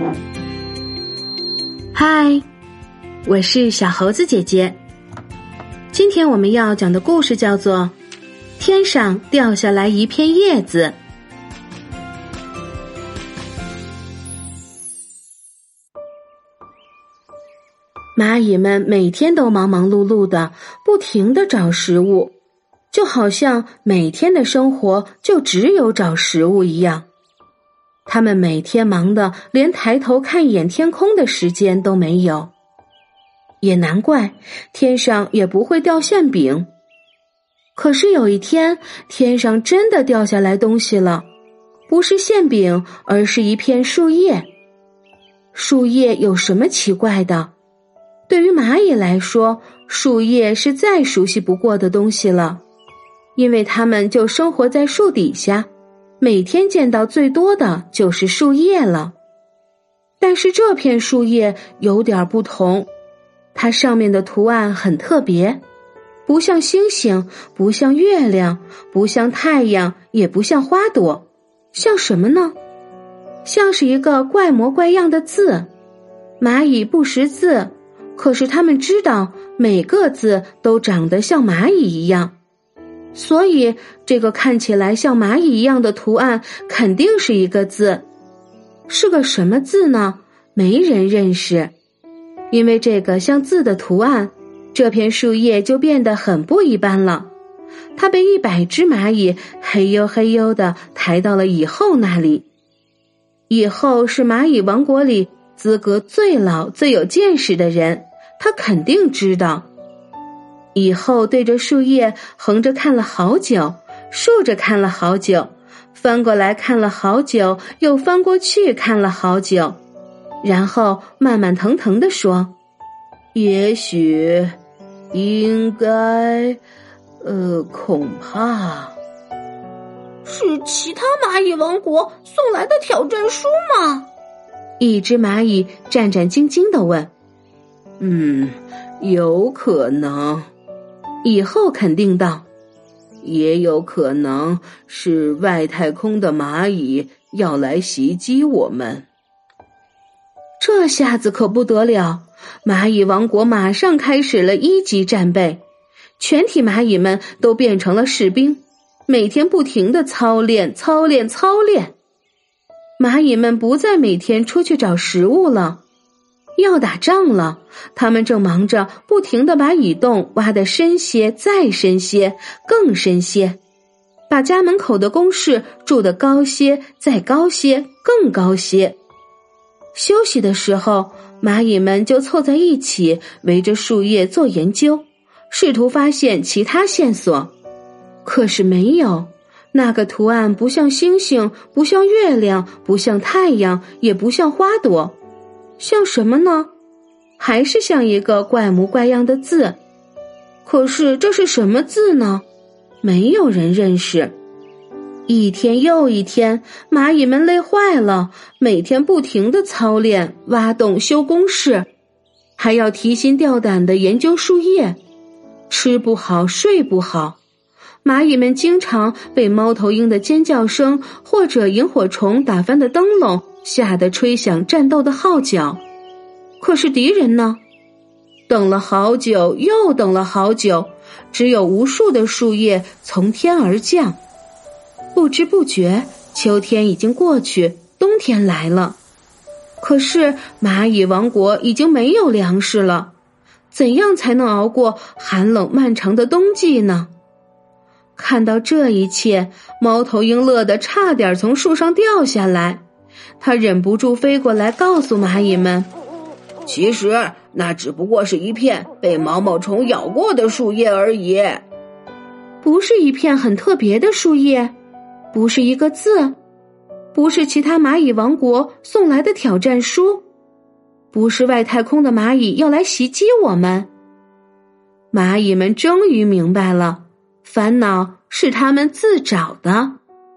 嗨，我是小猴子姐姐。今天我们要讲的故事叫做《天上掉下来一片叶子》。蚂蚁们每天都忙忙碌碌的，不停地找食物，就好像每天的生活就只有找食物一样。他们每天忙得连抬头看一眼天空的时间都没有，也难怪天上也不会掉馅饼。可是有一天，天上真的掉下来东西了，不是馅饼，而是一片树叶。树叶有什么奇怪的？对于蚂蚁来说，树叶是再熟悉不过的东西了，因为它们就生活在树底下，每天见到最多的就是树叶了。但是这片树叶有点不同，它上面的图案很特别，不像星星，不像月亮，不像太阳，也不像花朵，像什么呢？像是一个怪模怪样的字。蚂蚁不识字，可是他们知道每个字都长得像蚂蚁一样，所以这个看起来像蚂蚁一样的图案肯定是一个字。是个什么字呢？没人认识。因为这个像字的图案，这片树叶就变得很不一般了。它被100只蚂蚁嘿呦嘿呦地抬到了蚁后那里。蚁后是蚂蚁王国里资格最老最有见识的人，他肯定知道。蚁后对着树叶横着看了好久，竖着看了好久，翻过来看了好久，又翻过去看了好久，然后慢慢腾腾地说：也许，应该，恐怕是其他蚂蚁王国送来的挑战书吗？ 一只蚂蚁战战兢兢地问。有可能。蚁后肯定道，也有可能是外太空的蚂蚁要来袭击我们。这下子可不得了，蚂蚁王国马上开始了1级战备，全体蚂蚁们都变成了士兵，每天不停地操练。蚂蚁们不再每天出去找食物了，要打仗了，他们正忙着不停地把蚁洞挖得深些，再深些，更深些，把家门口的工事筑得高些，再高些，更高些。休息的时候，蚂蚁们就凑在一起，围着树叶做研究，试图发现其他线索。可是没有，那个图案不像星星，不像月亮，不像太阳，也不像花朵，像什么呢？还是像一个怪模怪样的字。可是这是什么字呢？没有人认识。一天又一天，蚂蚁们累坏了，每天不停地操练，挖洞修工事，还要提心吊胆地研究树叶，吃不好睡不好。蚂蚁们经常被猫头鹰的尖叫声或者萤火虫打翻的灯笼吓得吹响战斗的号角。可是敌人呢？等了好久，又等了好久，只有无数的树叶从天而降。不知不觉，秋天已经过去，冬天来了。可是蚂蚁王国已经没有粮食了，怎样才能熬过寒冷漫长的冬季呢？看到这一切，猫头鹰乐得差点从树上掉下来，他忍不住飞过来告诉蚂蚁们， 其实那只不过是一片被毛毛虫咬过的树叶而已。 不是一片很特别的树叶，不是一个字，不是其他蚂蚁王国送来的挑战书，不是外太空的蚂蚁要来袭击我们。蚂蚁们终于明白了，烦恼是他们自找的。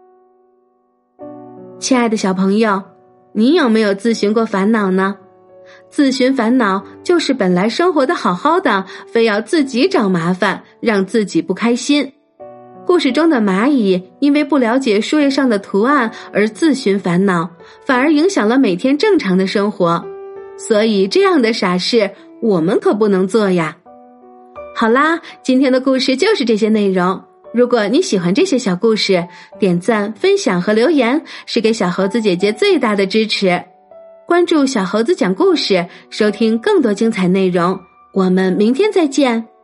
亲爱的小朋友，你有没有自寻过烦恼呢？自寻烦恼就是本来生活的好好的，非要自己找麻烦，让自己不开心。 故事中的蚂蚁因为不了解树叶上的图案而自寻烦恼，反而影响了每天正常的生活。所以这样的傻事我们可不能做呀。好啦，今天的故事就是这些内容。如果你喜欢这些小故事，点赞、分享和留言是给小猴子姐姐最大的支持。关注小猴子讲故事，收听更多精彩内容。我们明天再见。